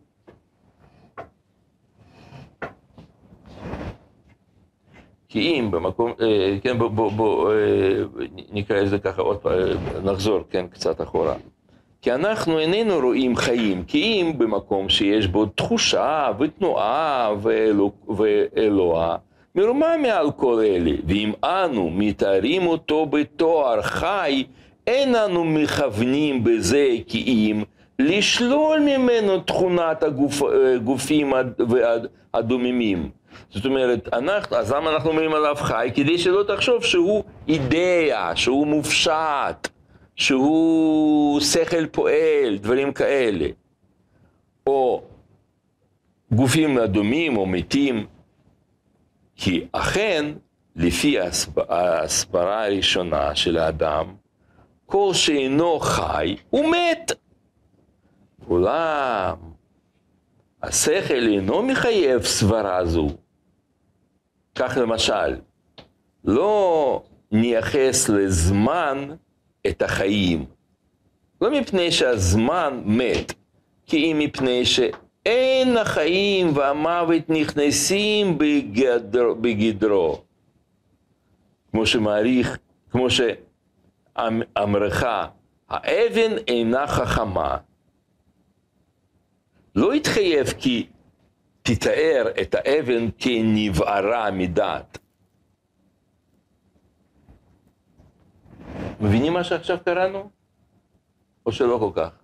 Speaker 1: כי אם במקום, כן, בוא נקרא את זה ככה עוד פעם, נחזור, כן, קצת אחורה. כי אנחנו איננו רואים חיים, כי אם במקום שיש בו תחושה ותנועה ואלוה, מרומם מעל כל אלה, ואם אנו מתארים אותו בתואר חי, אין אנו מכוונים בזה כי אם לשלול ממנו תכונת הגופים הדוממים. זאת אומרת, אז למה אנחנו אומרים עליו חי? כדי שלא תחשוב שהוא אידאה, שהוא מופשט, שהוא שכל פועל, דברים כאלה. או גופים אדומים או מתים. כי אכן, לפי ההסברה הראשונה של האדם, כל שאינו חי הוא מת. אולם, השכל אינו מחייב סברה זו. כך למשל, לא נייחס לזמן את החיים. לא מפני שהזמן מת, כי אם מפני שאין החיים והמוות נכנסים בגדרו. כמו שאמרך, האבן אינה חכמה. לא יתחייב כי תתאר את האבן כנבערה מדעת. מבינים מה שעכשיו קראנו? או שלא כל כך?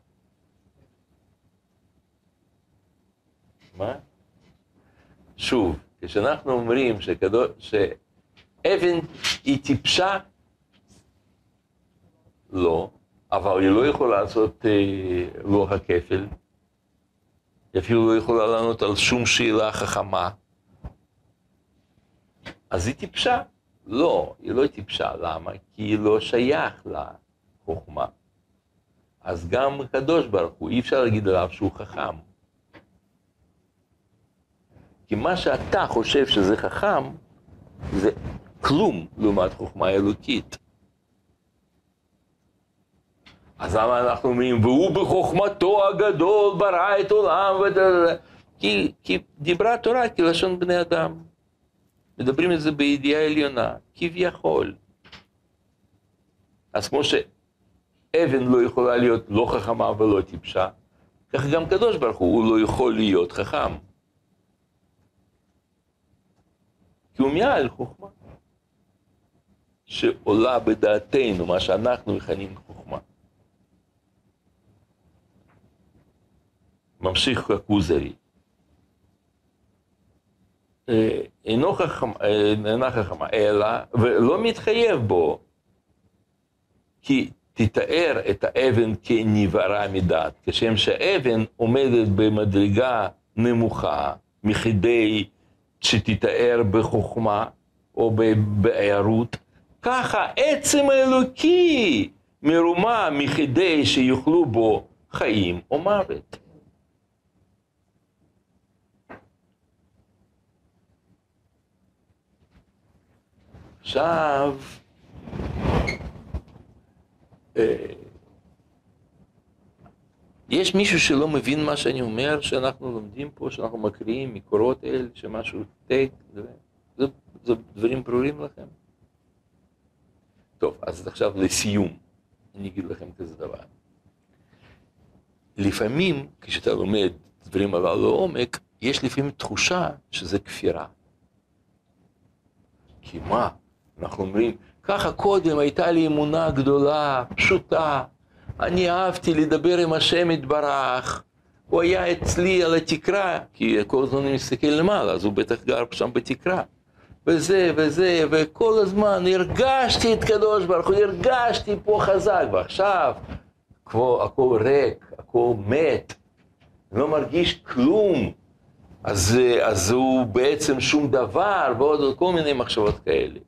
Speaker 1: מה? שוב, כשאנחנו אומרים שאבן היא טיפשה, לא, אבל היא לא יכולה לעשות לוח הכפל, היא אפילו לא יכולה לענות על שום שאלה חכמה, אז היא טיפשה. לא, היא לא טיפשה. למה? כי היא לא שייך לחוכמה. אז גם הקדוש ברוך הוא, אי אפשר להגיד עליו שהוא חכם. כי מה שאתה חושב שזה חכם, זה כלום לעומת חוכמה אלוקית. אז למה אנחנו אומרים, והוא בחוכמתו הגדול ברא את עולם, כי דיברה התורה כלשון בני אדם. מדברים את זה בידיעה עליונה, כביכול. אז כמו שאבן לא יכולה להיות לא חכמה ולא טיפשה, כך גם קדוש ברוך הוא לא יכול להיות חכם. כי הוא מעל חוכמה, שעולה בדעתנו, מה שאנחנו מכנים חוכמה. ממשיך הכוזרי. אינה חכמה, אלא, ולא מתחייב בו, כי תתאר את האבן כנבערה מדעת, כשם שהאבן עומדת במדרגה נמוכה, מכדי שתתאר בחוכמה או בעירות, ככה עצם האלוקי מרומם מכדי שיוכלו בו חיים או מוות. עכשיו, יש מישהו שלא מבין מה שאני אומר, שאנחנו לומדים פה, שאנחנו מקריאים מקורות אל, שמשהו טק, זה דברים ברורים לכם? טוב, אז עכשיו לסיום. אני אגיד לכם כזה דבר. לפעמים, כשאתה לומד דברים הללו לעומק, יש לפעמים תחושה שזה כפירה. כי מה? אנחנו אומרים, ככה קודם הייתה לי אמונה גדולה, פשוטה, אני אהבתי לדבר עם השם יתברך, הוא היה אצלי על התקרה, כי כל הזמן אני מסתכל למעלה, אז הוא בטח גר שם בתקרה. וזה וזה, וכל הזמן הרגשתי את קדוש ברוך הוא, הרגשתי פה חזק, ועכשיו הכל ריק, הכל מת, לא מרגיש כלום, אז הוא בעצם שום דבר, ועוד כל מיני מחשבות כאלה.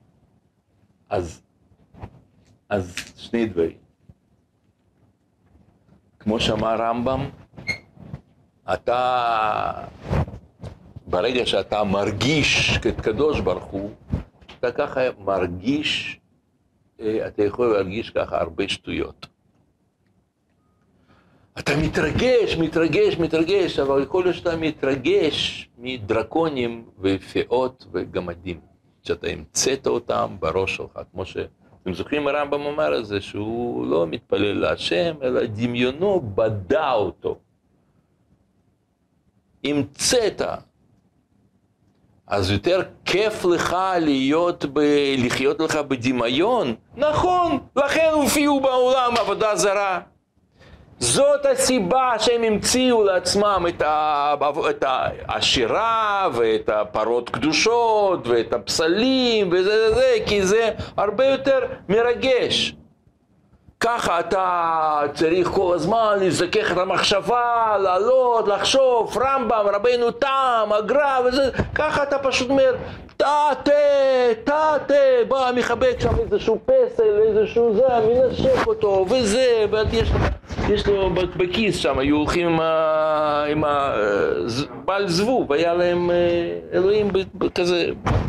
Speaker 1: אז שני דברים. כמו שאמר רמב"ם, ברגע שאתה מרגיש את קדוש ברוך הוא, אתה ככה מרגיש, אתה יכול להרגיש ככה הרבה שטויות. אתה מתרגש, אבל יכול להיות שאתה מתרגש מדרקונים ופאות וגמדים, שאתה המצאת אותם בראש שלך, כמו אתם זוכרים הרמב"ם אמר את זה, שהוא לא מתפלל להשם, אלא דמיונו בדע אותו. המצאת. אז יותר כיף לך לחיות לך בדמיון? נכון, לכן הופיעו בעולם עבודה זרה. זאת הסיבה שהם המציאו לעצמם את השירה ואת הפרות קדושות ואת הפסלים וזה, כי זה הרבה יותר מרגש. ככה אתה צריך כל הזמן לזכך את המחשבה, לעלות, לחשוב, רמב"ם, רבנו תם, הגר"א וזה, ככה אתה פשוט אומר, תתה, בא מחבק שם איזשהו פסל, איזשהו זה, מנשק אותו וזה, יש לו בכיס שם, היו הולכים עם בעל זבוב, היה להם אלוהים כזה,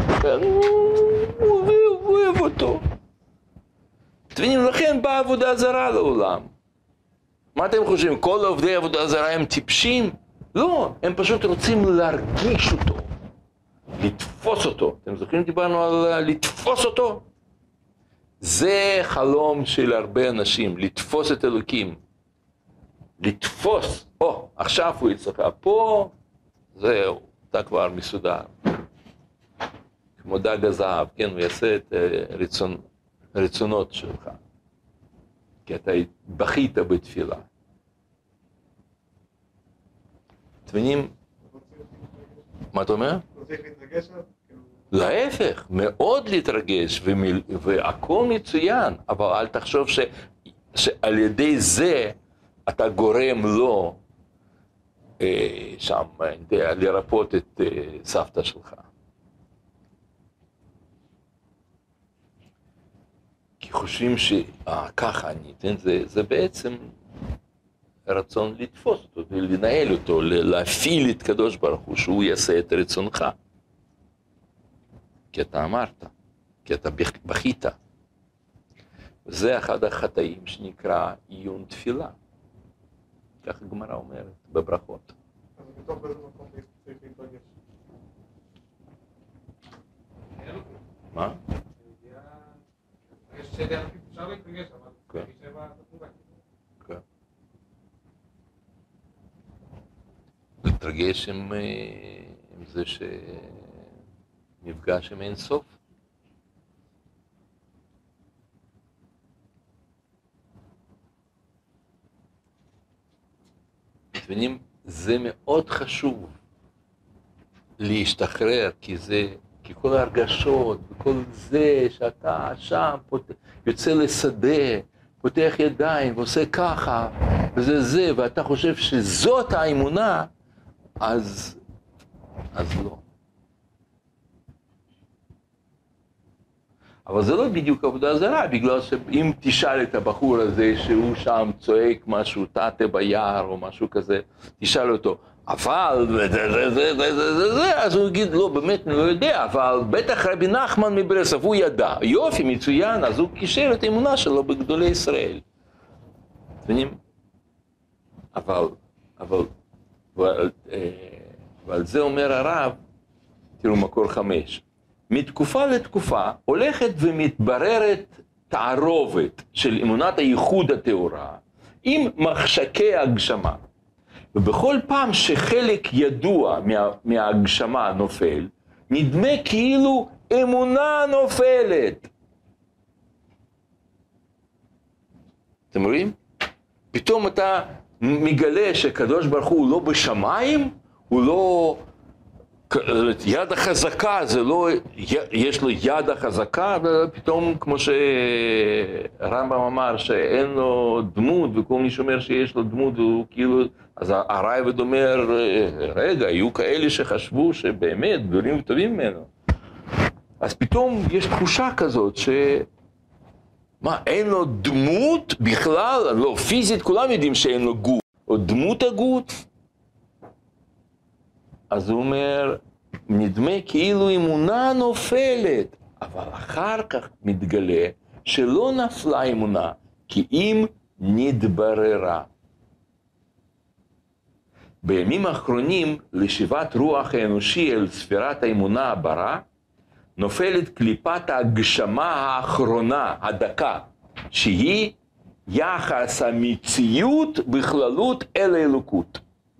Speaker 1: הוא אוהב אותו. לכן באה עבודה זרה לעולם. מה אתם חושבים? כל עובדי עבודה זרה הם טיפשים? לא, הם פשוט רוצים להרגיש אותו, לתפוס אותו. אתם זוכרים דיברנו על לתפוס אותו? זה חלום של הרבה אנשים, לתפוס את אלוקים. לתפוס, עכשיו הוא אצלך פה, זהו, אתה כבר מסודר. כמו דג הזהב, כן, הוא יעשה את רצונות שלך, כי אתה בכית בתפילה. תבינים? מה אתה אומר?
Speaker 3: לא צריך להתרגש?
Speaker 1: להפך, מאוד להתרגש, והכל מצוין, אבל אל תחשוב שעל ידי זה אתה גורם לו שם לרפות את סבתא שלך. כי חושבים שככה אני אתן, זה בעצם רצון לתפוס אותו, לנהל אותו, להפעיל את קדוש ברוך הוא, שהוא יעשה את רצונך. כי אתה אמרת, כי אתה בכית. זה אחד החטאים שנקרא עיון תפילה. ככה הגמרא אומרת, בברכות.
Speaker 3: אז בתוך באיזה מקום צריך להתרגש.
Speaker 1: מה?
Speaker 3: יש שדה אלפים, אפשר להתרגש, אבל
Speaker 1: כן.
Speaker 3: שבע תתמוגה.
Speaker 1: כן. להתרגש עם זה שנפגש עם אין סוף. מבינים? זה מאוד חשוב להשתחרר, כי כל ההרגשות וכל זה שאתה שם יוצא לשדה, פותח ידיים ועושה ככה, וזה, ואתה חושב שזאת האמונה, אז לא. אבל זה לא בדיוק עבודה זרה, בגלל שאם תשאל את הבחור הזה שהוא שם צועק משהו, תתה ביער או משהו כזה, תשאל אותו, אבל אז הוא יגיד, לא, באמת אני לא יודע, אבל בטח רבי נחמן מברסלב, הוא ידע, יופי, מצוין, אז הוא קישר את האמונה שלו בגדולי ישראל. מבינים? ועל זה אומר הרב, תראו מקור 5, מתקופה לתקופה הולכת ומתבררת תערובת של אמונת הייחוד הטהורה עם מחשקי ההגשמה. ובכל פעם שחלק ידוע מההגשמה נופל, נדמה כאילו אמונה נופלת. אתם רואים? פתאום אתה מגלה שקדוש ברוך הוא לא בשמיים, הוא לא... יד החזקה, זה לא... יש לו יד החזקה, ופתאום כמו שרמב"ם אמר שאין לו דמות, וכל מי שאומר שיש לו דמות, הוא כאילו... אז הרייבד אומר, רגע, היו כאלה שחשבו שבאמת גדולים וטובים ממנו. אז פתאום יש תחושה כזאת מה, אין לו דמות בכלל? לא, פיזית כולם יודעים שאין לו גוף. או דמות הגוף? אז הוא אומר, נדמה כאילו אמונה נופלת. אבל אחר כך מתגלה שלא נפלה אמונה, כי אם נתבררה. בימים האחרונים, לשיבת רוח האנושי אל ספירת האמונה הברה, נופלת קליפת ההגשמה האחרונה, הדקה, שהיא יחס המציאות בכללות אל האלוקות.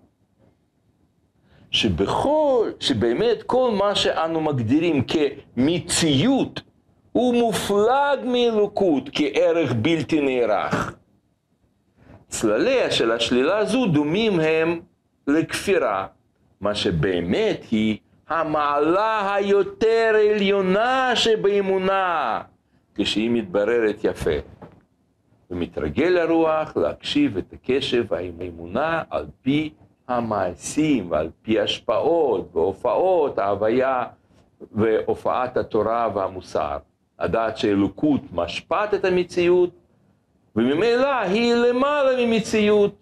Speaker 1: שבאמת כל מה שאנו מגדירים כמציאות, הוא מופלג מאלוקות כערך בלתי נערך. צלליה של השלילה הזו דומים הם לכפירה, מה שבאמת היא המעלה היותר עליונה שבאמונה, כשהיא מתבררת יפה. ומתרגל הרוח להקשיב את הקשב האמונה על פי המעשים ועל פי השפעות והופעות ההוויה והופעת התורה והמוסר. הדעת שאלוקות משפט את המציאות, וממילא היא למעלה ממציאות.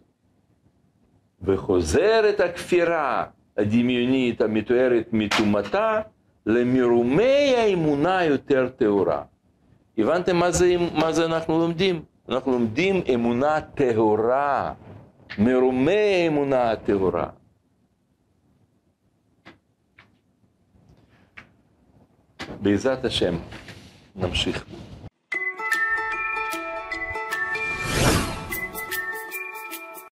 Speaker 1: וחוזרת הכפירה הדמיונית המתוארת מתומתה למרומי האמונה יותר טהורה. הבנתם מה זה אנחנו לומדים? אנחנו לומדים אמונה טהורה, מרומי האמונה הטהורה. בעזרת השם נמשיך.